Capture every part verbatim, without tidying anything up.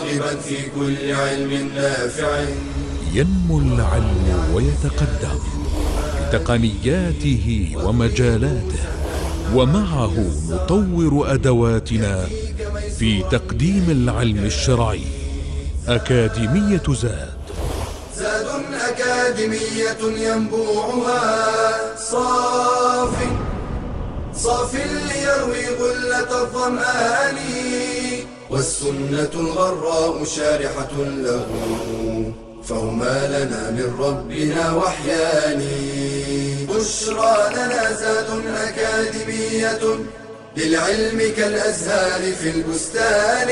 راغبا في كل علم نافع. ينمو العلم ويتقدم بتقنياته ومجالاته، ومعه نطور أدواتنا في تقديم العلم الشرعي. أكاديمية زاد، زاد أكاديمية ينبوعها صاف صاف ليروي غلة الظمآن، والسنة الغراء شارحة له، فهما لنا من ربنا وحيان. بشرى لنا زاد أكاديمية، للعلم كالأزهار في البستان.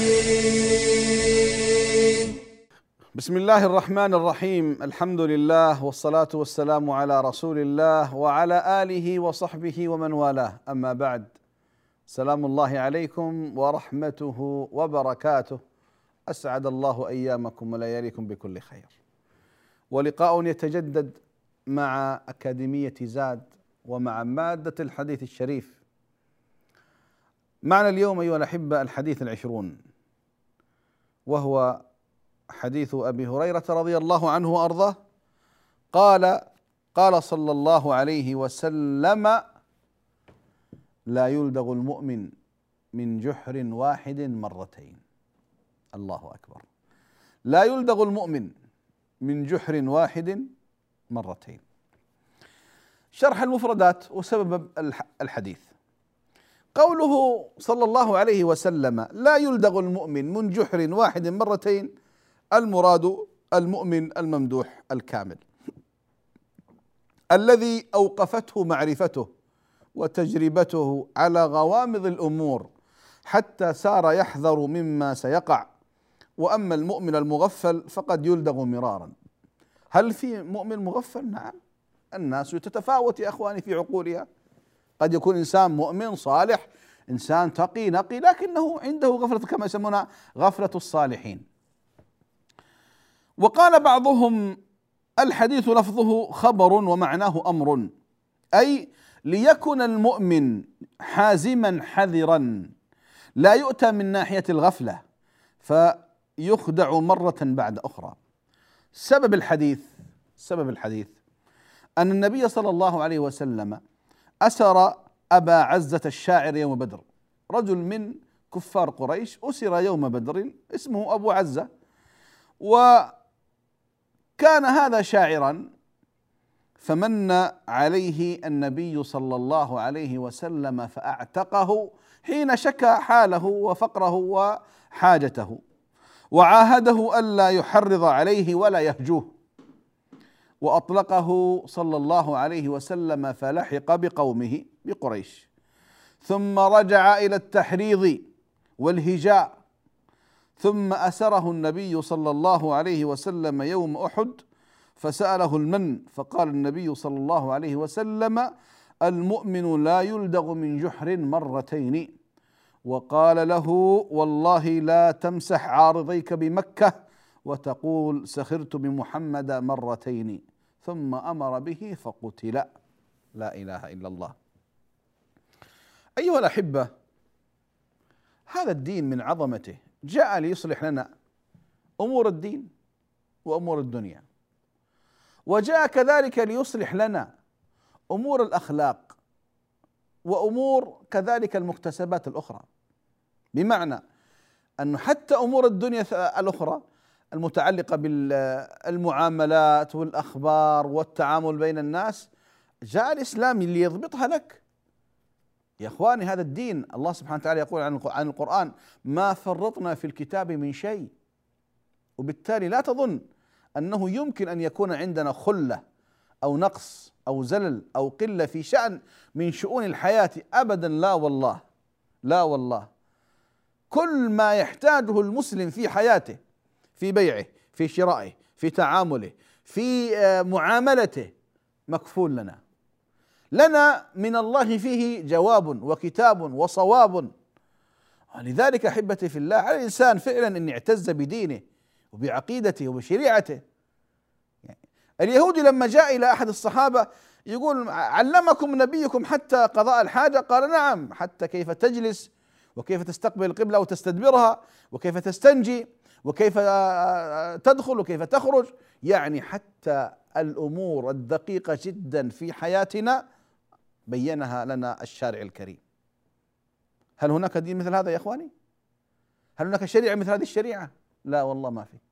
بسم الله الرحمن الرحيم، الحمد لله والصلاة والسلام على رسول الله وعلى آله وصحبه ومن والاه، أما بعد، سلام الله عليكم ورحمته وبركاته. أسعد الله أيامكم ولياليكم بكل خير، ولقاء يتجدد مع أكاديمية زاد ومع مادة الحديث الشريف. معنا اليوم أيها الأحبة الحديث العشرون، وهو حديث أبي هريرة رضي الله عنه وأرضاه قال قال صلى الله عليه وسلم: لا يلدغ المؤمن من جحر واحد مرتين. الله أكبر. لا يلدغ المؤمن من جحر واحد مرتين. شرح المفردات وسبب الحديث. قوله صلى الله عليه وسلم: لا يلدغ المؤمن من جحر واحد مرتين، المراد المؤمن الممدوح الكامل، الذي أوقفته معرفته وتجربته على غوامض الأمور حتى صار يحذر مما سيقع. وأما المؤمن المغفل فقد يلدغ مرارا. هل في مؤمن مغفل؟ نعم، الناس تتفاوت يا أخواني في عقولها. قد يكون إنسان مؤمن صالح، إنسان تقي نقي، لكنه عنده غفلة كما يسمونها غفلة الصالحين. وقال بعضهم: الحديث لفظه خبر ومعناه أمر، أي ليكن المؤمن حازما حذرا، لا يؤتى من ناحية الغفلة فيخدع مرة بعد أخرى. سبب الحديث سبب الحديث أن النبي صلى الله عليه وسلم أسر أبا عزة الشاعر يوم بدر، رجل من كفار قريش أسر يوم بدر اسمه أبو عزة، وكان هذا شاعرا، فمن عليه النبي صلى الله عليه وسلم فأعتقه حين شكى حاله وفقره وحاجته، وعاهده ألا يحرض عليه ولا يهجوه، وأطلقه صلى الله عليه وسلم فلحق بقومه بقريش، ثم رجع إلى التحريض والهجاء، ثم أسره النبي صلى الله عليه وسلم يوم أحد فسأله المن، فقال النبي صلى الله عليه وسلم: المؤمن لا يلدغ من جحر مرتين. وقال له: والله لا تمسح عارضيك بمكة وتقول سخرت بمحمد مرتين، ثم أمر به فقتل. لا إله إلا الله. أيها الأحبة، هذا الدين من عظمته جاء ليصلح لنا أمور الدين وأمور الدنيا، وجاء كذلك ليصلح لنا أمور الأخلاق وأمور كذلك المكتسبات الأخرى، بمعنى أنه حتى أمور الدنيا الأخرى المتعلقة بالمعاملات والأخبار والتعامل بين الناس جاء الإسلام ليضبطها لك. يا إخواني، هذا الدين الله سبحانه وتعالى يقول عن القرآن: ما فرطنا في الكتاب من شيء. وبالتالي لا تظن أنه يمكن أن يكون عندنا خلة أو نقص أو زلل أو قلة في شأن من شؤون الحياة، أبدا، لا والله، لا والله. كل ما يحتاجه المسلم في حياته، في بيعه، في شرائه، في تعامله، في معاملته، مكفول لنا لنا من الله فيه جواب وكتاب وصواب. ولذلك أحبتي في الله، على الإنسان فعلا أن يعتز بدينه وبعقيدته وبشريعته. يعني اليهودي لما جاء إلى أحد الصحابة يقول: علمكم نبيكم حتى قضاء الحاجة؟ قال: نعم، حتى كيف تجلس، وكيف تستقبل القبلة وتستدبرها، وكيف تستنجي، وكيف تدخل وكيف تخرج، يعني حتى الأمور الدقيقة جدا في حياتنا بينها لنا الشارع الكريم. هل هناك دين مثل هذا يا إخواني؟ هل هناك شريعة مثل هذه الشريعة؟ لا والله ما في.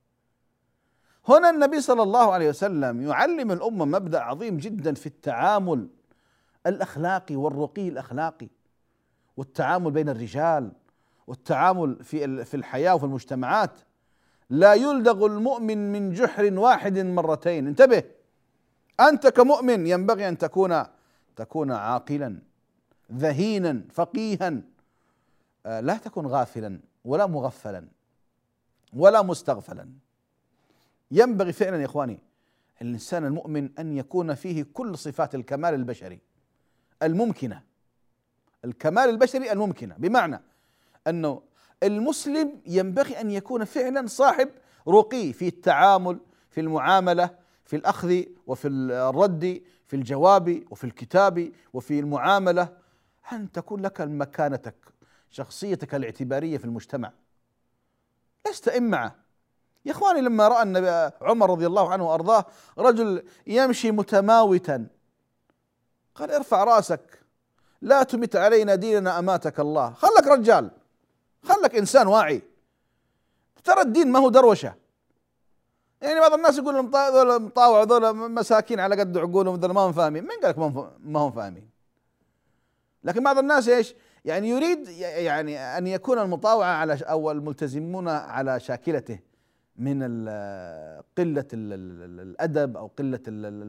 هنا النبي صلى الله عليه وسلم يعلم الأمة مبدأ عظيم جدا في التعامل الأخلاقي والرقي الأخلاقي، والتعامل بين الرجال، والتعامل في في الحياة وفي المجتمعات. لا يلدغ المؤمن من جحر واحد مرتين. انتبه، أنت كمؤمن ينبغي أن تكون تكون عاقلا ذهينا فقيها، لا تكن غافلا ولا مغفلا ولا مستغفلا. ينبغي فعلا يا إخواني الإنسان المؤمن أن يكون فيه كل صفات الكمال البشري الممكنة، الكمال البشري الممكنة، بمعنى أنه المسلم ينبغي أن يكون فعلا صاحب رقي في التعامل، في المعاملة، في الأخذ وفي الرد، في الجواب وفي الكتاب وفي المعاملة، أن تكون لك مكانتك، شخصيتك الاعتبارية في المجتمع، لست إمعة. يا إخواني لما رأى النبي عمر رضي الله عنه وأرضاه رجل يمشي متماوتا قال ارفع رأسك، لا تمت علينا ديننا أماتك الله. خلك رجال، خلك إنسان واعي، ترى الدين ما هو دروشة. يعني بعض الناس يقول ذولا مطاوع، ذولا مساكين على قد عقولهم، ذولا ما هم فاهمين. من قالك ما هم فاهمين؟ لكن بعض الناس ايش يعني يريد يعني ان يكون المطاوعة على او الملتزمون على شاكلته من قلة الأدب أو قلة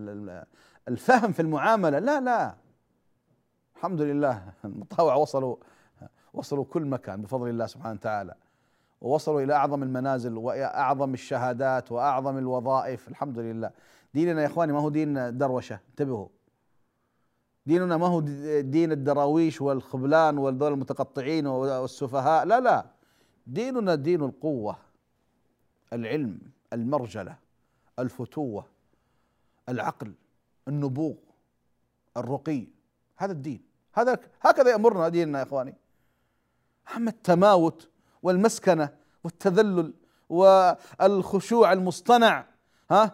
الفهم في المعاملة. لا لا، الحمد لله المطاوعة وصلوا وصلوا كل مكان بفضل الله سبحانه وتعالى، ووصلوا إلى أعظم المنازل وأعظم الشهادات وأعظم الوظائف. الحمد لله. ديننا يا إخواني ما هو دين دروشة، انتبهوا. ديننا ما هو دين الدراويش والخبلان والذول المتقطعين والسفهاء، لا لا، ديننا دين القوة، العلم، المرجلة، الفتوة، العقل، النبوغ، الرقي. هذا الدين، هذا هكذا يأمرنا ديننا يا إخواني. أما التماوت والمسكنة والتذلل والخشوع المصطنع ها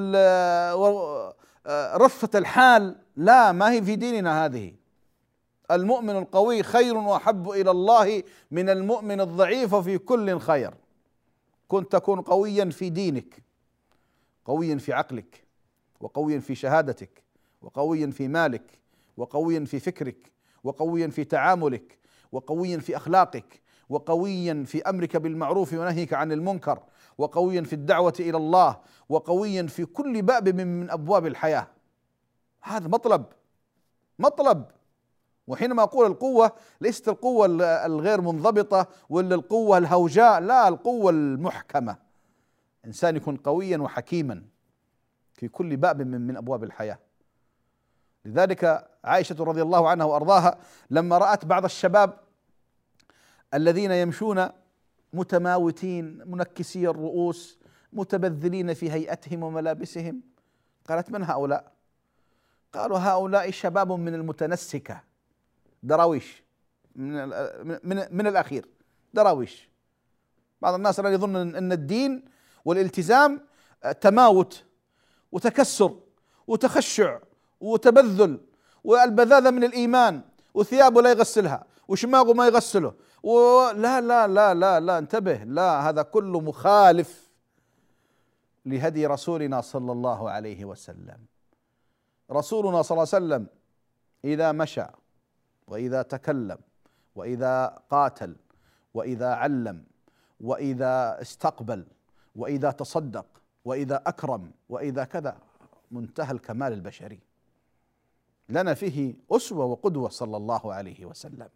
ورفة الحال، لا، ما هي في ديننا هذه. المؤمن القوي خير وأحب إلى الله من المؤمن الضعيف وفي كل خير. كنت تكون قويا في دينك، قويا في عقلك، وقويا في شهادتك، وقويا في مالك، وقويا في فكرك، وقويا في تعاملك، وقويا في أخلاقك، وقويا في أمرك بالمعروف ونهيك عن المنكر، وقويا في الدعوة إلى الله، وقويا في كل باب من أبواب الحياة. هذا مطلب مطلب. وحينما أقول القوة ليست القوة الغير منضبطة ولا القوة الهوجاء، لا، القوة المحكمة. إنسان يكون قويا وحكيما في كل باب من, من أبواب الحياة. لذلك عائشة رضي الله عنها وأرضاها لما رأت بعض الشباب الذين يمشون متماوتين منكسي الرؤوس متبذلين في هيئتهم وملابسهم، قالت: من هؤلاء؟ قالوا: هؤلاء شباب من المتنسكة، دراويش، من, من, من الأخير، دراويش. بعض الناس الآن يظن أن الدين والالتزام تماوت وتكسر وتخشع وتبذل والبذاذة من الإيمان، وثيابه لا يغسلها وشماغه ما يغسله، ولا لا لا لا لا انتبه، لا، هذا كله مخالف لهدي رسولنا صلى الله عليه وسلم. رسولنا صلى الله عليه وسلم إذا مشى وإذا تكلم وإذا قاتل وإذا علم وإذا استقبل وإذا تصدق وإذا أكرم وإذا كذا، منتهى الكمال البشري، لنا فيه أسوة وقدوة صلى الله عليه وسلم.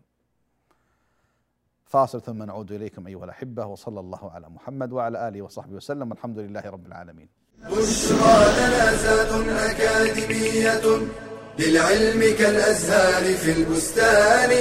فاصل ثم نعود إليكم أيها الأحبة، وصلى الله على محمد وعلى آله وصحبه وسلم، والحمد لله رب العالمين. بشرى لنا زاد أكاديمية للعلم كالأزهار في البستان.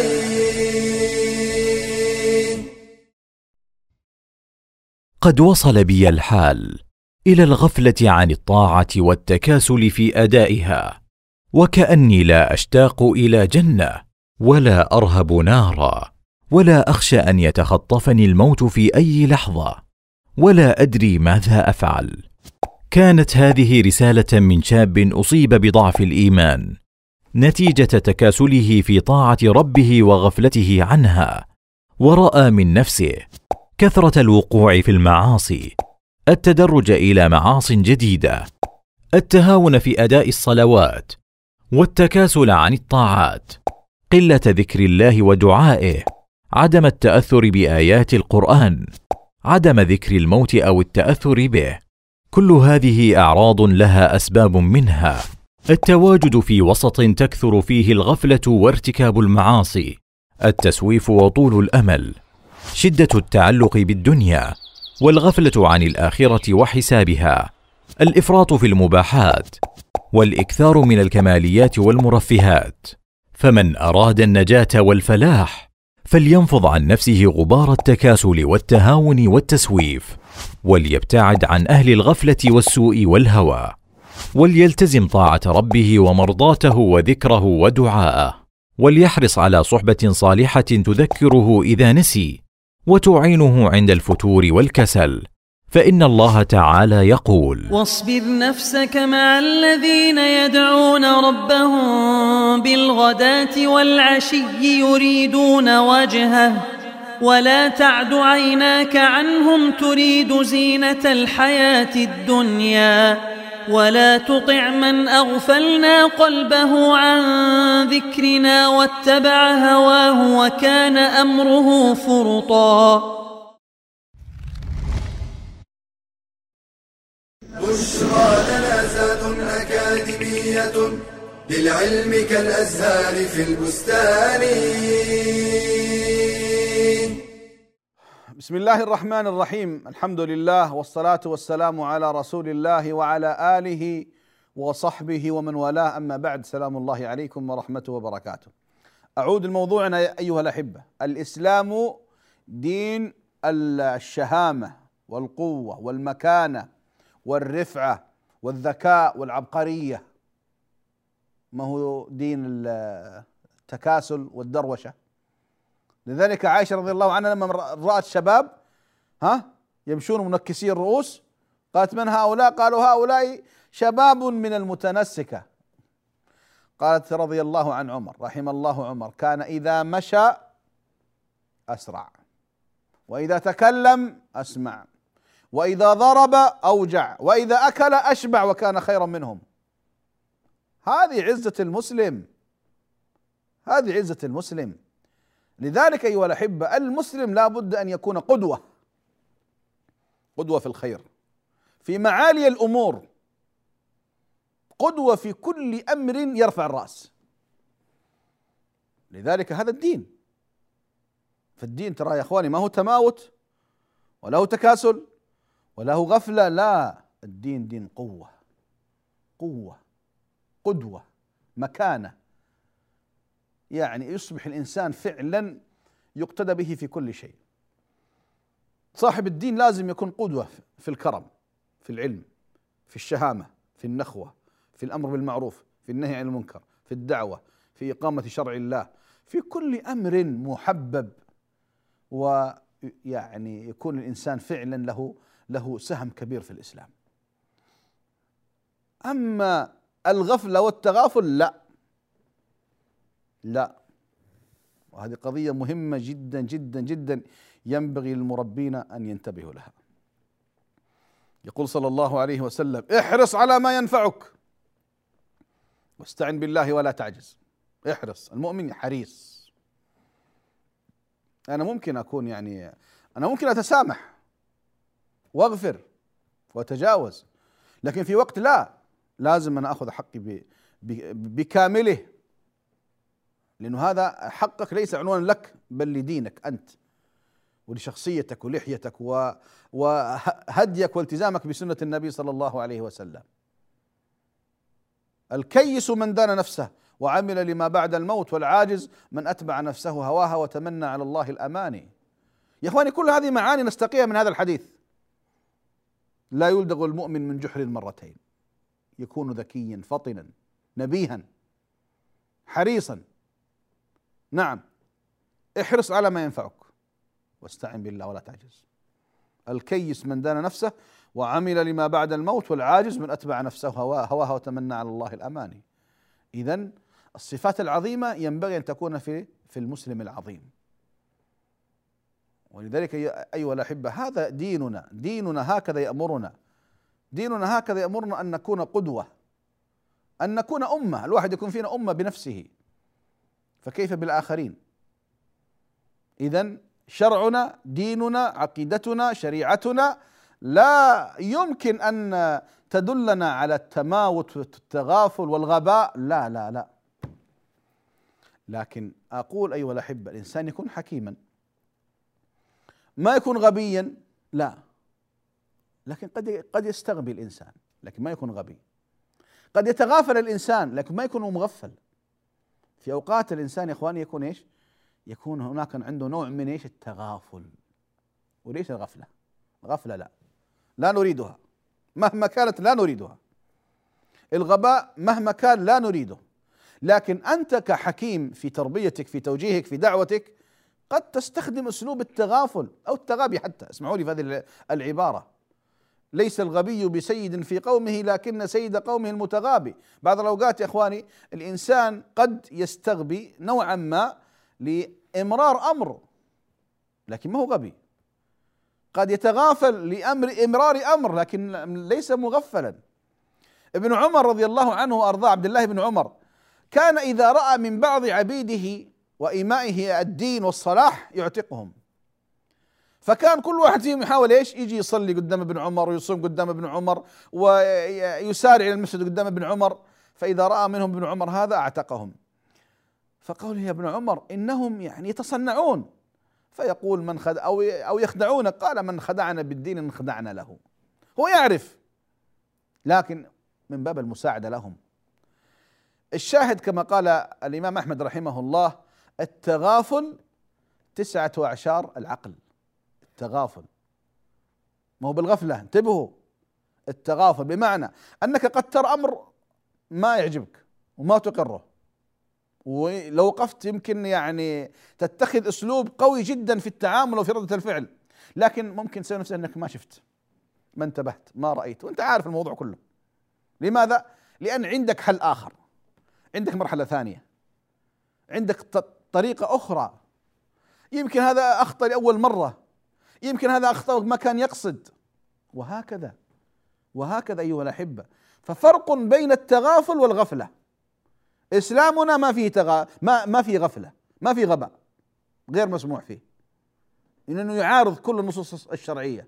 قد وصل بي الحال إلى الغفلة عن الطاعة والتكاسل في أدائها، وكأني لا أشتاق إلى جنة ولا أرهب نارا، ولا أخشى أن يتخطفني الموت في أي لحظة، ولا أدري ماذا أفعل. كانت هذه رسالة من شاب أصيب بضعف الإيمان نتيجة تكاسله في طاعة ربه وغفلته عنها، ورأى من نفسه كثرة الوقوع في المعاصي، التدرج إلى معاص جديدة، التهاون في أداء الصلوات، والتكاسل عن الطاعات، قلة ذكر الله ودعائه، عدم التأثر بآيات القرآن، عدم ذكر الموت أو التأثر به. كل هذه أعراض لها أسباب، منها التواجد في وسط تكثر فيه الغفلة وارتكاب المعاصي، التسويف وطول الأمل، شدة التعلق بالدنيا، والغفلة عن الآخرة وحسابها، الإفراط في المباحات، والإكثار من الكماليات والمرفهات. فمن أراد النجاة والفلاح فلينفض عن نفسه غبار التكاسل والتهاون والتسويف، وليبتعد عن أهل الغفلة والسوء والهوى، وليلتزم طاعة ربه ومرضاته وذكره ودعاءه، وليحرص على صحبة صالحة تذكره إذا نسي وتعينه عند الفتور والكسل، فإن الله تعالى يقول: واصبر نفسك مع الذين يدعون ربهم بالغداة والعشي يريدون وجهه ولا تعد عيناك عنهم تريد زينة الحياة الدنيا ولا تطع من أغفلنا قلبه عن ذكرنا واتبع هواه وكان أمره فرطا. بشرى لنا زاد أكاديمية للعلم كالأزهار في البستان. بسم الله الرحمن الرحيم، الحمد لله والصلاة والسلام على رسول الله وعلى آله وصحبه ومن والاه، أما بعد، سلام الله عليكم ورحمته وبركاته. أعود لموضوعنا أيها الأحبة. الإسلام دين الشهامة والقوة والمكانة والرفعة والذكاء والعبقرية، ما هو دين التكاسل والدروشة. لذلك عائشة رضي الله عنها لما رأت شباب ها يمشون منكسين الرؤوس قالت: من هؤلاء؟ قالوا: هؤلاء شباب من المتنسكة. قالت رضي الله عن عمر، رحم الله عمر، كان إذا مشى أسرع، وإذا تكلم أسمع، وإذا ضرب أوجع، وإذا أكل أشبع، وكان خيرا منهم. هذه عزة المسلم، هذه عزة المسلم. لذلك أيها الأحبة، المسلم لا بد أن يكون قدوة، قدوة في الخير، في معالي الأمور، قدوة في كل أمر يرفع الرأس. لذلك هذا الدين. فالدين ترى يا إخواني ما هو تماوت ولا هو تكاسل ولا هو غفلة، لا، الدين دين قوة، قوة، قدوة، مكانة، يعني يصبح الإنسان فعلا يقتدى به في كل شيء. صاحب الدين لازم يكون قدوة في الكرم، في العلم، في الشهامة، في النخوة، في الأمر بالمعروف، في النهي عن المنكر، في الدعوة، في إقامة شرع الله، في كل أمر محبب، ويعني يكون الإنسان فعلا له له سهم كبير في الإسلام. أما الغفلة والتغافل لا لا وهذه قضية مهمة جدا جدا جدا، ينبغي للمربين أن ينتبهوا لها. يقول صلى الله عليه وسلم: احرص على ما ينفعك واستعن بالله ولا تعجز. احرص، المؤمن حريص. أنا ممكن أكون يعني أنا ممكن أتسامح وأغفر وأتجاوز، لكن في وقت لا، لازم أنا أخذ حقي بكامله، لأنه هذا حقك ليس عنوانا لك بل لدينك أنت ولشخصيتك ولحيتك وهديك والتزامك بسنة النبي صلى الله عليه وسلم. الكيس من دان نفسه وعمل لما بعد الموت، والعاجز من أتبع نفسه هواها وتمنى على الله الأماني. يا إخواني، كل هذه معاني نستقيها من هذا الحديث. لا يلدغ المؤمن من جحر مرتين، يكون ذكيا فطنا نبيها حريصا. نعم، احرص على ما ينفعك واستعن بالله ولا تعجز. الكيس من دان نفسه وعمل لما بعد الموت، والعاجز من أتبع نفسه هواها وتمنى على الله الأماني. إذن الصفات العظيمة ينبغي أن تكون في في المسلم العظيم. ولذلك أيها الأحبة هذا ديننا، ديننا هكذا يأمرنا، ديننا هكذا يأمرنا أن نكون قدوة، أن نكون أمة، الواحد يكون فينا أمة بنفسه، فكيف بالآخرين؟ إذن شرعنا، ديننا، عقيدتنا، شريعتنا لا يمكن أن تدلنا على التماوت والتغافل والغباء، لا لا لا. لكن أقول أيها الأحبة الإنسان يكون حكيما، ما يكون غبيا، لا، لكن قد قد يستغبي الإنسان لكن ما يكون غبي، قد يتغافل الإنسان لكن ما يكون مغفل. في أوقات الإنسان يا إخواني يكون إيش؟ يكون هناك عنده نوع من إيش؟ التغافل. وليش الغفلة؟ غفلة لا، لا نريدها مهما كانت، لا نريدها. الغباء مهما كان لا نريده، لكن أنت كحكيم في تربيتك، في توجيهك، في دعوتك، قد تستخدم أسلوب التغافل أو التغابي حتى. اسمعوا لي في هذه العبارة: ليس الغبي بسيد في قومه لكن سيد قومه المتغابي. بعض الأوقات يا إخواني الإنسان قد يستغبي نوعا ما لإمرار أمر لكن ما هو غبي، قد يتغافل لأمر إمرار أمر لكن ليس مغفلا. ابن عمر رضي الله عنه وأرضاه، عبد الله بن عمر، كان إذا رأى من بعض عبيده وإمائه الدين والصلاح يعتقهم، فكان كل واحد فيهم يحاول ايش؟ يجي يصلي قدام ابن عمر ويصوم قدام ابن عمر ويسارع الى المسجد قدام ابن عمر، فإذا رأى منهم ابن عمر هذا أعتقهم. فقال يا ابن عمر إنهم يعني يتصنعون، فيقول من خد أو أو يخدعون، قال من خدعنا بالدين انخدعنا له. هو يعرف لكن من باب المساعدة لهم. الشاهد كما قال الإمام أحمد رحمه الله: التغافل تسعة أعشار العقل. التغافل ما هو بالغفلة، انتبهوا، التغافل بمعنى أنك قد ترى أمر ما يعجبك وما تقره، ولو وقفت يمكن يعني تتخذ أسلوب قوي جدا في التعامل وفي ردة الفعل، لكن ممكن تسوي نفسك أنك ما شفت، ما انتبهت، ما رأيت، وأنت عارف الموضوع كله. لماذا؟ لأن عندك حل آخر، عندك مرحلة ثانية، عندك طريقة أخرى. يمكن هذا أخطأ لأول مرة، يمكن هذا أخطأ ما كان يقصد، وهكذا وهكذا أيها الأحبة. ففرق بين التغافل والغفلة. إسلامنا ما فيه تغا ما ما فيه غفلة، ما فيه غباء، غير مسموح فيه، إنه يعارض كل النصوص الشرعية،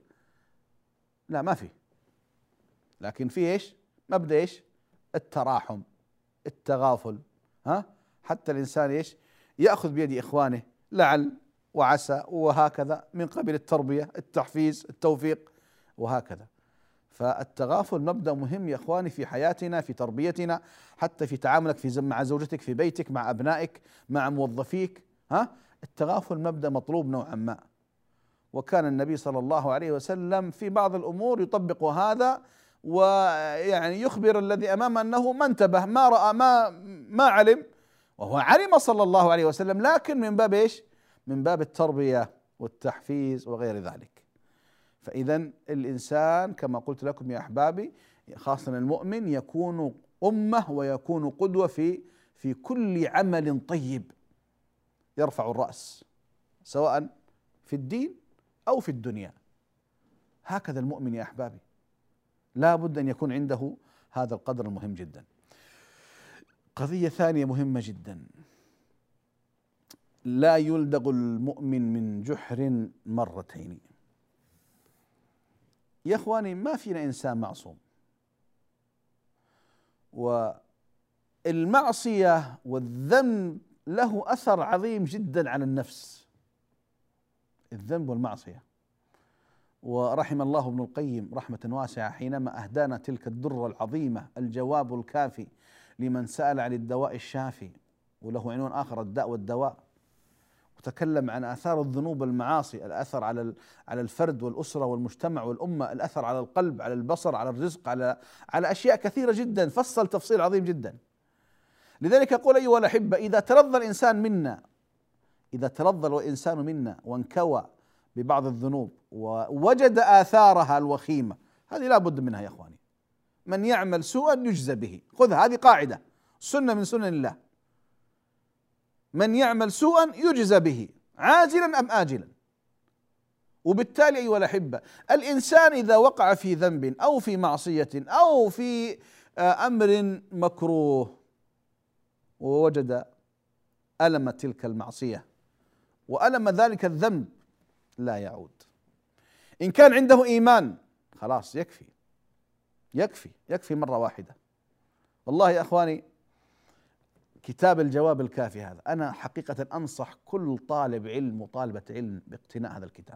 لا ما فيه. لكن فيه إيش؟ مبدأ إيش؟ التراحم، التغافل، ها، حتى الإنسان إيش؟ يأخذ بيد إخوانه لعل وعسى، وهكذا من قبل التربية، التحفيز، التوفيق، وهكذا. فالتغافل مبدأ مهم يا إخواني في حياتنا، في تربيتنا، حتى في تعاملك في مع زوجتك، في بيتك، مع أبنائك، مع موظفيك، ها، التغافل مبدأ مطلوب نوعا ما. وكان النبي صلى الله عليه وسلم في بعض الأمور يطبق هذا، ويعني يخبر الذي أمامه أنه ما انتبه، ما رأى، ما ما علم، وهو علم صلى الله عليه وسلم، لكن من باب ايش؟ من باب التربية والتحفيز وغير ذلك. فإذا الإنسان كما قلت لكم يا أحبابي، خاصة المؤمن، يكون أمة ويكون قدوة في في كل عمل طيب يرفع الرأس، سواء في الدين أو في الدنيا. هكذا المؤمن يا أحبابي، لا بد أن يكون عنده هذا القدر المهم جدا. قضية ثانية مهمة جدا: لا يلدغ المؤمن من جحر مرتين. يا اخواني ما فينا انسان معصوم، والمعصية والذنب له اثر عظيم جدا على النفس، الذنب والمعصية. ورحم الله ابن القيم رحمة واسعة حينما اهدانا تلك الدرة العظيمة، الجواب الكافي لمن سأل عن الدواء الشافي، وله عنوان آخر الداء والدواء، وتكلم عن آثار الذنوب والمعاصي، الأثر على على الفرد والأسرة والمجتمع والأمة، الأثر على القلب، على البصر، على الرزق، على على أشياء كثيرة جدا، فصل تفصيل عظيم جدا. لذلك أقول أيها الأحبة، إذا تلظى الإنسان منا، إذا تلظى الإنسان منا وانكوى ببعض الذنوب ووجد آثارها الوخيمة، هذه لا بد منها يا إخواني. من يعمل سوءا يجزى به، خذها، هذه قاعدة سنة من سنن الله. من يعمل سوءا يجزى به عاجلا أم آجلا. وبالتالي أيها الأحبة، الإنسان إذا وقع في ذنب أو في معصية أو في أمر مكروه ووجد ألم تلك المعصية وألم ذلك الذنب لا يعود. إن كان عنده إيمان خلاص يكفي يكفي يكفي مرة واحدة. والله يا أخواني كتاب الجواب الكافي هذا أنا حقيقة أنصح كل طالب علم وطالبة علم باقتناء هذا الكتاب.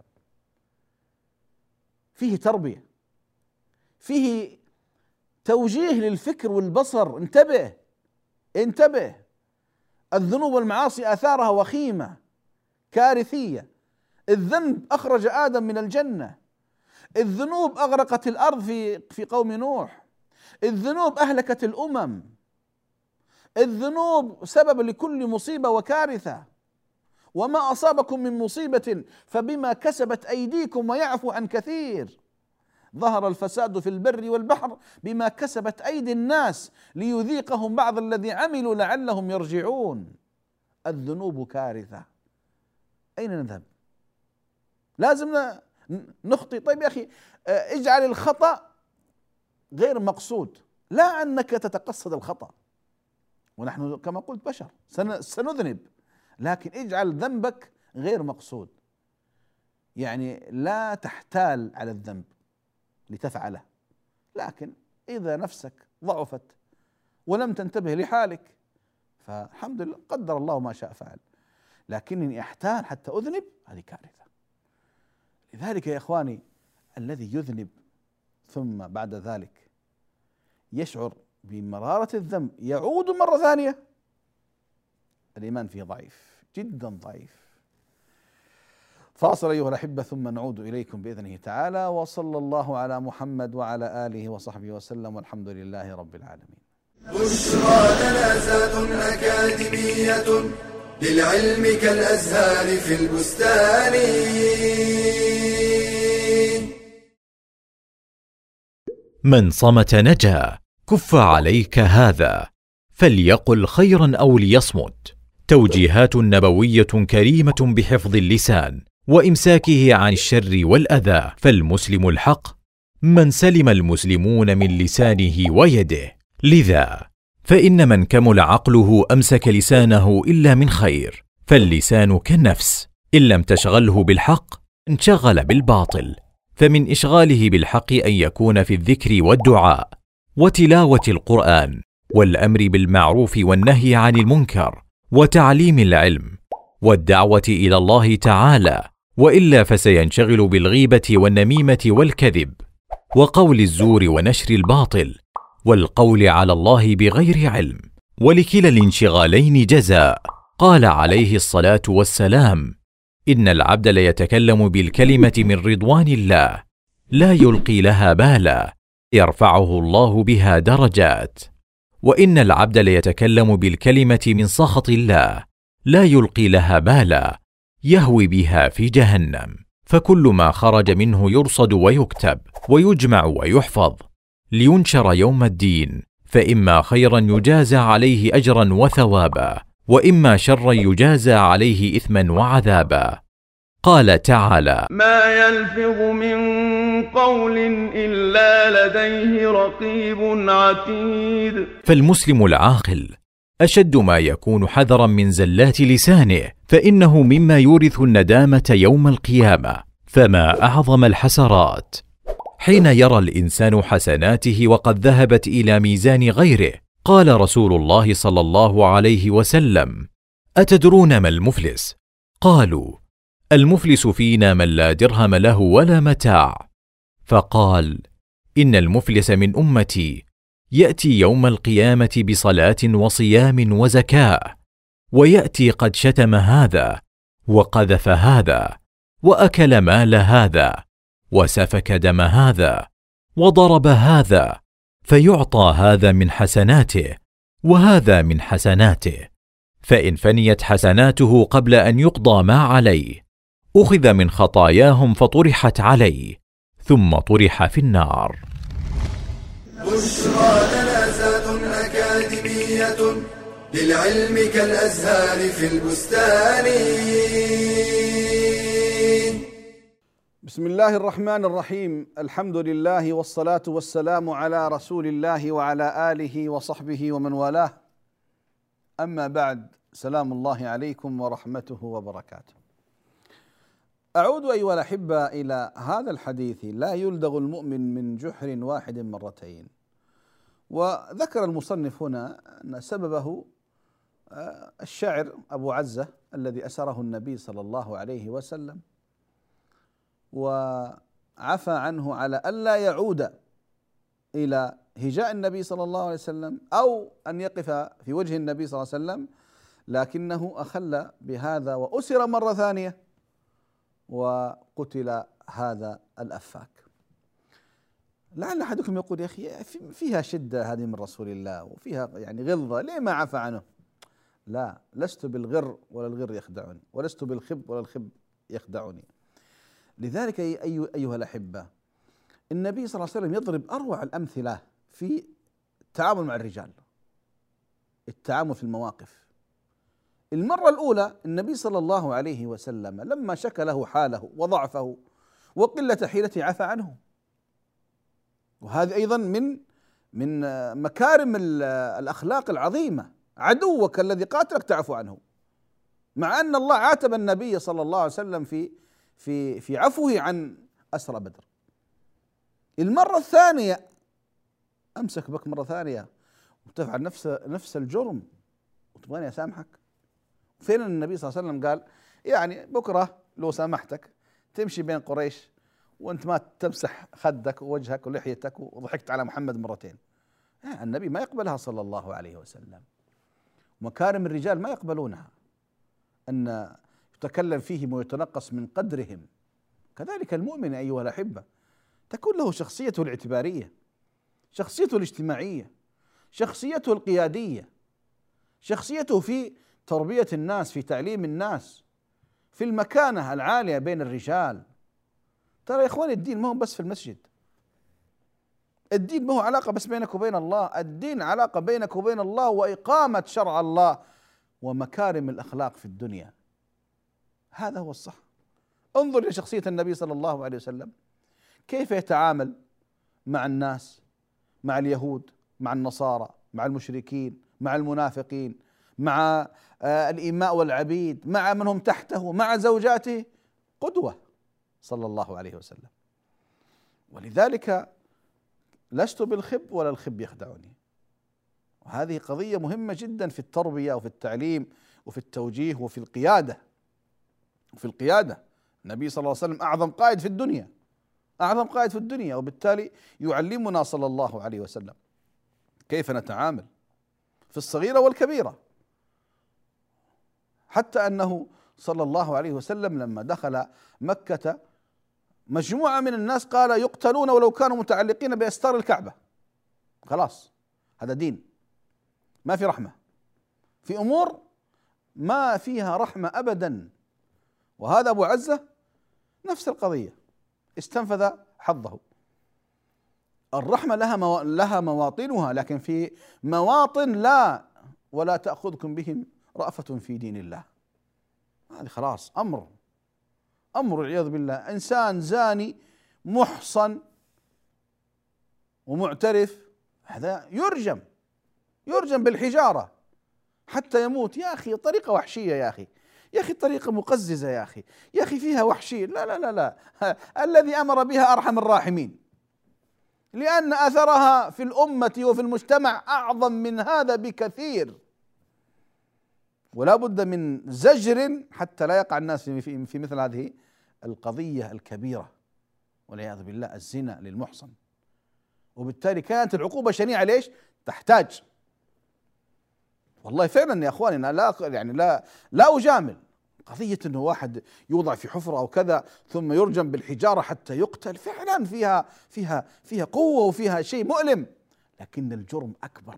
فيه تربية، فيه توجيه للفكر والبصر. انتبه انتبه، الذنوب والمعاصي آثارها وخيمة كارثية. الذنب أخرج آدم من الجنة، الذنوب أغرقت الأرض في في قوم نوح، الذنوب أهلكت الأمم، الذنوب سبب لكل مصيبة وكارثة. وما أصابكم من مصيبة فبما كسبت أيديكم ويعفو عن كثير. ظهر الفساد في البر والبحر بما كسبت أيدي الناس ليذيقهم بعض الذي عملوا لعلهم يرجعون. الذنوب كارثة، أين نذهب؟ لازم نخطئ. طيب يا أخي اجعل الخطأ غير مقصود، لا أنك تتقصد الخطأ، ونحن كما قلت بشر سنذنب، لكن اجعل ذنبك غير مقصود. يعني لا تحتال على الذنب لتفعله، لكن إذا نفسك ضعفت ولم تنتبه لحالك فالحمد لله قدر الله ما شاء فعل. لكنني أحتال حتى أذنب، هذه كارثة. لذلك يا إخواني الذي يذنب ثم بعد ذلك يشعر بمرارة الذنب يعود مرة ثانية، الإيمان فيه ضعيف جدا ضعيف. فاصل أيها الأحبة ثم نعود إليكم بإذنه تعالى، وصلى الله على محمد وعلى آله وصحبه وسلم، والحمد لله رب العالمين. بشرى لنا زاد أكاديمية للعلم كالأزهار في البستان. من صمت نجا، كف عليك هذا، فليقل خيرا أو ليصمت. توجيهات نبوية كريمة بحفظ اللسان وإمساكه عن الشر والأذى. فالمسلم الحق من سلم المسلمون من لسانه ويده. لذا فإن من كمل عقله أمسك لسانه إلا من خير. فاللسان كالنفس، إن لم تشغله بالحق انشغل بالباطل. فمن إشغاله بالحق أن يكون في الذكر والدعاء وتلاوة القرآن والأمر بالمعروف والنهي عن المنكر وتعليم العلم والدعوة إلى الله تعالى، وإلا فسينشغل بالغيبة والنميمة والكذب وقول الزور ونشر الباطل والقول على الله بغير علم. ولكلا الانشغالين جزاء. قال عليه الصلاة والسلام: إن العبد ليتكلم بالكلمة من رضوان الله لا يلقي لها بالا يرفعه الله بها درجات، وإن العبد ليتكلم بالكلمة من سخط الله لا يلقي لها بالا يهوي بها في جهنم. فكل ما خرج منه يرصد ويكتب ويجمع ويحفظ لينشر يوم الدين، فإما خيرا يجازى عليه أجرا وثوابا، وإما شرا يجازى عليه إثما وعذابا. قال تعالى: ما يلفظ من قول إلا لديه رقيب عتيد. فالمسلم العاقل أشد ما يكون حذرا من زلات لسانه، فإنه مما يورث الندامة يوم القيامة. فما أعظم الحسرات حين يرى الإنسان حسناته وقد ذهبت إلى ميزان غيره. قال رسول الله صلى الله عليه وسلم: أتدرون ما المفلس؟ قالوا: المفلس فينا من لا درهم له ولا متاع. فقال: إن المفلس من أمتي يأتي يوم القيامة بصلاة وصيام وزكاة، ويأتي قد شتم هذا وقذف هذا وأكل مال هذا وسفك دم هذا وضرب هذا، فيعطى هذا من حسناته وهذا من حسناته، فإن فنيت حسناته قبل أن يقضى ما عليه أخذ من خطاياهم فطرحت عليه ثم طرح في النار. بشرى لنا زاد أكاديمية للعلم كالأزهار في البستان. بسم الله الرحمن الرحيم، الحمد لله والصلاة والسلام على رسول الله وعلى آله وصحبه ومن والاه، أما بعد، سلام الله عليكم ورحمته وبركاته. أعود أيها الأحبة إلى هذا الحديث: لا يلدغ المؤمن من جحر واحد مرتين. وذكر المصنف هنا أن سببه الشاعر أبو عزة الذي أسره النبي صلى الله عليه وسلم وعفى عنه على ألا يعود إلى هجاء النبي صلى الله عليه وسلم أو أن يقف في وجه النبي صلى الله عليه وسلم، لكنه أخل بهذا وأسر مرة ثانية وقتل هذا الأفاك. لعل أحدكم يقول: يا أخي فيها شدة هذه من رسول الله وفيها يعني غلظة، ليه ما عفى عنه؟ لا، لست بالغر ولا الغر يخدعني، ولست بالخب ولا الخب يخدعني. لذلك أي أيها الأحبة، النبي صلى الله عليه وسلم يضرب أروع الأمثلة في التعامل مع الرجال، التعامل في المواقف. المرة الأولى النبي صلى الله عليه وسلم لما شكى له حاله وضعفه وقلة حيلته عفى عنه، وهذه أيضا من من مكارم الأخلاق العظيمة. عدوك الذي قاتلك تعفو عنه، مع أن الله عاتب النبي صلى الله عليه وسلم في في في عفوه عن أسرى بدر. المرة الثانية أمسك بك مرة ثانية وتفعل نفس نفس الجرم وتبغاني أسامحك؟ فين النبي صلى الله عليه وسلم قال يعني بكرة لو سامحتك تمشي بين قريش وأنت ما تمسح خدك ووجهك ولحيتك وضحكت على محمد مرتين؟ النبي ما يقبلها صلى الله عليه وسلم. مكارم الرجال ما يقبلونها، أن يتكلم فيهم ويتنقص من قدرهم. كذلك المؤمن أيها الأحبة تكون له شخصيته الاعتبارية، شخصيته الاجتماعية، شخصيته القيادية، شخصيته في تربية الناس، في تعليم الناس، في المكانة العالية بين الرجال. ترى يا إخواني الدين ما هو بس في المسجد، الدين ما هو علاقة بس بينك وبين الله، الدين علاقة بينك وبين الله وإقامة شرع الله ومكارم الأخلاق في الدنيا. هذا هو الصح. انظر إلى شخصية النبي صلى الله عليه وسلم كيف يتعامل مع الناس، مع اليهود، مع النصارى، مع المشركين، مع المنافقين، مع الإماء والعبيد، مع من هم تحته، مع زوجاته. قدوة صلى الله عليه وسلم. ولذلك لست بالخب ولا الخب يخدعني. وهذه قضية مهمة جدا في التربية وفي التعليم وفي التوجيه وفي القيادة. وفي القيادة النبي صلى الله عليه وسلم أعظم قائد في الدنيا، أعظم قائد في الدنيا، وبالتالي يعلمنا صلى الله عليه وسلم كيف نتعامل في الصغيرة والكبيرة. حتى أنه صلى الله عليه وسلم لما دخل مكة مجموعة من الناس قال يقتلون ولو كانوا متعلقين بأستار الكعبة. خلاص هذا دين، ما في رحمة، في أمور ما فيها رحمة أبدا. وهذا أبو عزة نفس القضية، استنفذ حظه. الرحمة لها مو... لها مواطنها، لكن في مواطن لا، ولا تأخذكم بهم رأفة في دين الله. هذه خلاص أمر أمر والعياذ بالله. إنسان زاني محصن ومعترف هذا يرجم يرجم بالحجارة حتى يموت. يا أخي طريقة وحشية، يا أخي يا أخي طريقة مقززة، يا أخي يا أخي فيها وحشية. لا لا لا لا الذي أمر بها أرحم الراحمين، لأن أثرها في الأمة وفي المجتمع أعظم من هذا بكثير. ولا بد من زجر حتى لا يقع الناس في, في مثل هذه القضية الكبيرة والعياذ بالله، الزنا للمحصن. وبالتالي كانت العقوبة شنيعة. ليش؟ تحتاج، والله فعلا يا اخواني انا لا يعني لا لا اجامل قضية انه واحد يوضع في حفرة او كذا ثم يرجم بالحجارة حتى يقتل، فعلا فيها فيها فيها قوة وفيها شيء مؤلم، لكن الجرم اكبر،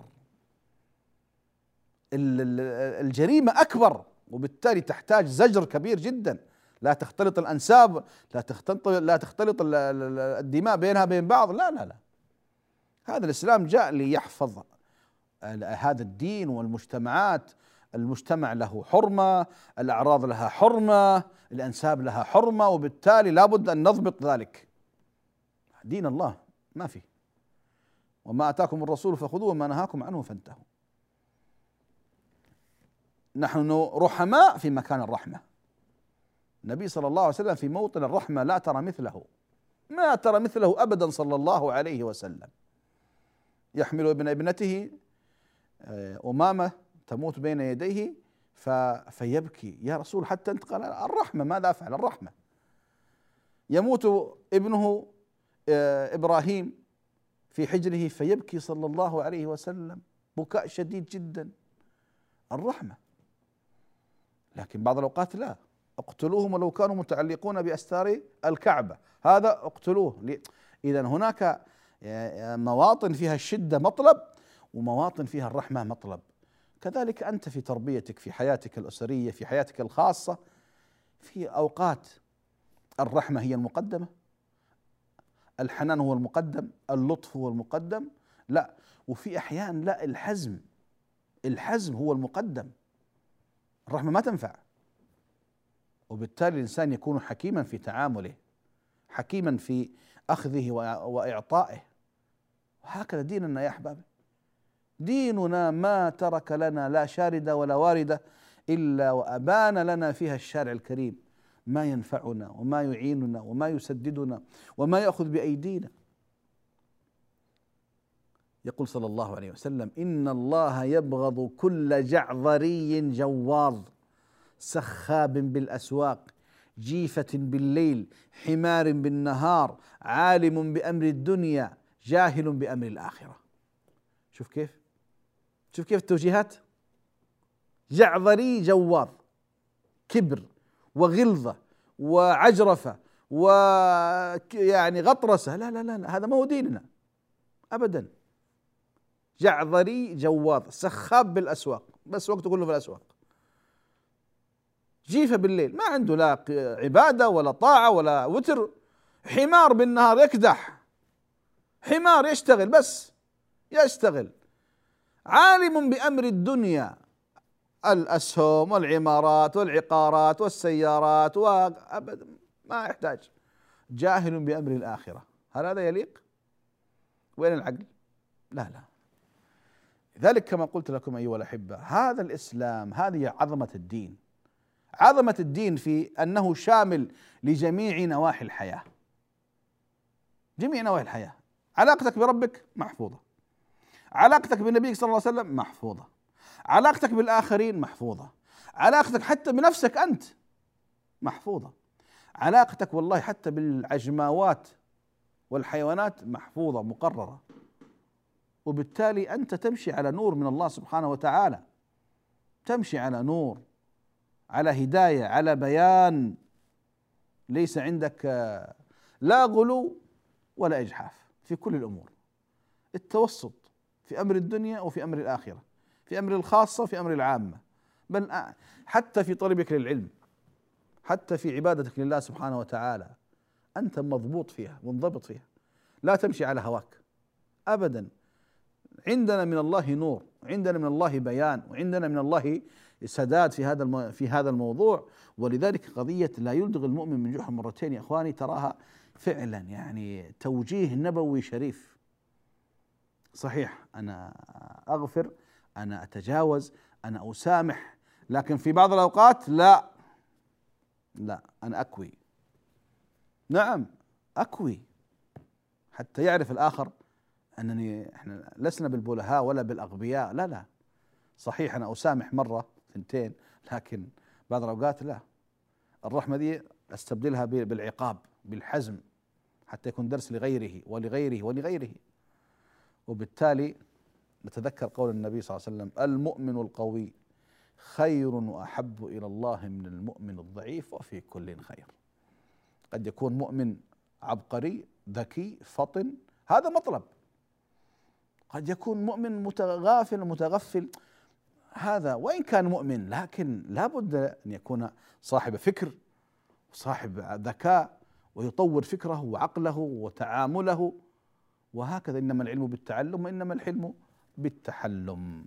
الجريمة اكبر، وبالتالي تحتاج زجر كبير جدا. لا تختلط الأنساب، لا تختلط لا تختلط الدماء بينها بين بعض، لا لا لا. هذا الإسلام جاء ليحفظ هذا الدين والمجتمعات. المجتمع له حرمة، الأعراض لها حرمة، الأنساب لها حرمة، وبالتالي لابد أن نضبط ذلك. دين الله ما في، وما أتاكم الرسول فخذوه وما نهاكم عنه فانتهوا. نحن رحماء في مكان الرحمة. النبي صلى الله عليه وسلم في موطن الرحمة لا ترى مثله، ما ترى مثله أبدا صلى الله عليه وسلم. يحمل ابن ابنته أمامة تموت بين يديه فيبكي، يا رسول حتى أنت؟ قال الرحمة، ماذا أفعل؟ الرحمة. يموت ابنه إبراهيم في حجره فيبكي صلى الله عليه وسلم بكاء شديد جدا، الرحمة. لكن بعض الأوقات لا، اقتلوهم ولو كانوا متعلقون بأستار الكعبة، هذا اقتلوه. إذن هناك مواطن فيها الشدة مطلب، ومواطن فيها الرحمة مطلب. كذلك أنت في تربيتك، في حياتك الأسرية، في حياتك الخاصة، في أوقات الرحمة هي المقدمة، الحنان هو المقدم، اللطف هو المقدم، لا، وفي أحيان لا، الحزم الحزم هو المقدم، الرحمة ما تنفع. وبالتالي الإنسان يكون حكيما في تعامله، حكيما في أخذه وإعطائه. وهكذا ديننا يا أحبابي، ديننا ما ترك لنا لا شاردة ولا واردة إلا وأبان لنا فيها الشارع الكريم ما ينفعنا وما يعيننا وما يسددنا وما يأخذ بأيدينا. يقول صلى الله عليه وسلم: إن الله يبغض كل جعظري جواظ سخاب بالأسواق جيفة بالليل حمار بالنهار عالم بأمر الدنيا جاهل بأمر الآخرة. شوف كيف شوف كيف التوجيهات. جعظري جواظ، كبر وغلظة وعجرفة ويعني غطرسة، لا لا لا, لا. هذا ما هو ديننا أبدا. جعظري جواظ سخاب بالأسواق، بس وقته كله في الأسواق، جيفة بالليل ما عنده لا عبادة ولا طاعة ولا وتر، حمار بالنهار يكدح، حمار يشتغل بس يشتغل، عالم بأمر الدنيا، الأسهم والعمارات والعقارات والسيارات وأبدا ما يحتاج، جاهل بأمر الآخرة. هل هذا يليق؟ وين العقل؟ لا لا. لذلك كما قلت لكم أيها الأحبة، هذا الإسلام، هذه عظمة الدين، عظمة الدين في أنه شامل لجميع نواحي الحياة، جميع نواحي الحياة. علاقتك بربك محفوظة، علاقتك بنبيك صلى الله عليه وسلم محفوظة، علاقتك بالآخرين محفوظة، علاقتك حتى بنفسك أنت محفوظة، علاقتك والله حتى بالعجماوات والحيوانات محفوظة مقررة. وبالتالي أنت تمشي على نور من الله سبحانه وتعالى، تمشي على نور، على هداية، على بيان، ليس عندك لا غلو ولا إجحاف في كل الأمور، التوسط في أمر الدنيا وفي أمر الآخرة، في أمر الخاصة وفي أمر العامة، بل حتى في طلبك للعلم، حتى في عبادتك لله سبحانه وتعالى أنت مضبوط فيها منضبط فيها، لا تمشي على هواك أبدا. عندنا من الله نور، عندنا من الله بيان، وعندنا من الله سداد في هذا في هذا الموضوع. ولذلك قضية لا يلدغ المؤمن من جحر مرتين يا إخواني تراها فعلا يعني توجيه نبوي شريف. صحيح أنا أغفر، أنا أتجاوز، أنا أسامح، لكن في بعض الأوقات لا لا أنا أكوي، نعم أكوي، حتى يعرف الآخر أنني إحنا لسنا بالبلهاء ولا بالأغبياء، لا لا. صحيح أنا أسامح مرة ثنتين، لكن بعض الأوقات لا، الرحمة دي أستبدلها بالعقاب، بالحزم، حتى يكون درس لغيره ولغيره ولغيره. وبالتالي نتذكر قول النبي صلى الله عليه وسلم: المؤمن القوي خير وأحب إلى الله من المؤمن الضعيف وفي كل خير. قد يكون مؤمن عبقري ذكي فطن، هذا مطلب، قد يكون مؤمن متغافل متغفل، هذا وإن كان مؤمن لكن لا بد أن يكون صاحب فكر صاحب ذكاء ويطور فكره وعقله وتعامله، وهكذا. إنما العلم بالتعلم وإنما الحلم بالتحلم.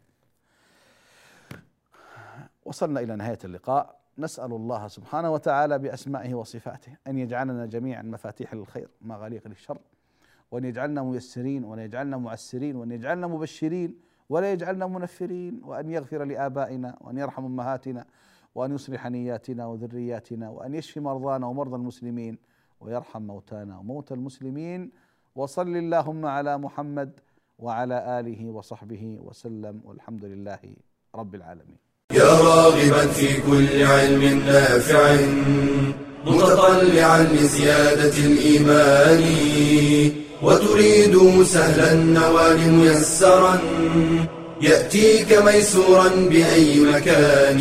وصلنا إلى نهاية اللقاء، نسأل الله سبحانه وتعالى بأسمائه وصفاته أن يجعلنا جميعا مفاتيح للخير مغاليق للشر، وأن يجعلنا ميسرين وأن يجعلنا معسرين وأن يجعلنا مبشرين ولا يجعلنا منفرين، وأن يغفر لآبائنا وأن يرحم أمهاتنا وأن يصلح نياتنا وذرياتنا وأن يشفي مرضانا ومرضى المسلمين ويرحم موتانا وموتى المسلمين. وصل اللهم على محمد وعلى آله وصحبه وسلم، والحمد لله رب العالمين. يا راغبا في كل علم نافع متطلعا لزيادة الإيمان، وتريد سهلا النوال ميسرا يأتيك ميسورا بأي مكان.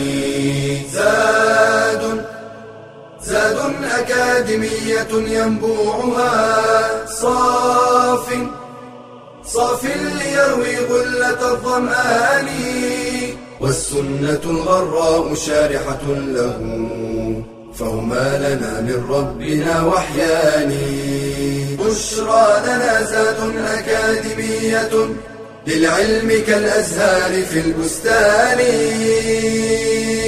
زاد زاد أكاديمية ينبوعها صاف صاف ليروي غلة الظمآن، والسنة الغراء شارحة له، فهما لنا من ربنا وحيان. بشرى لنا زاد أكاديمية للعلم كالأزهار في البستان.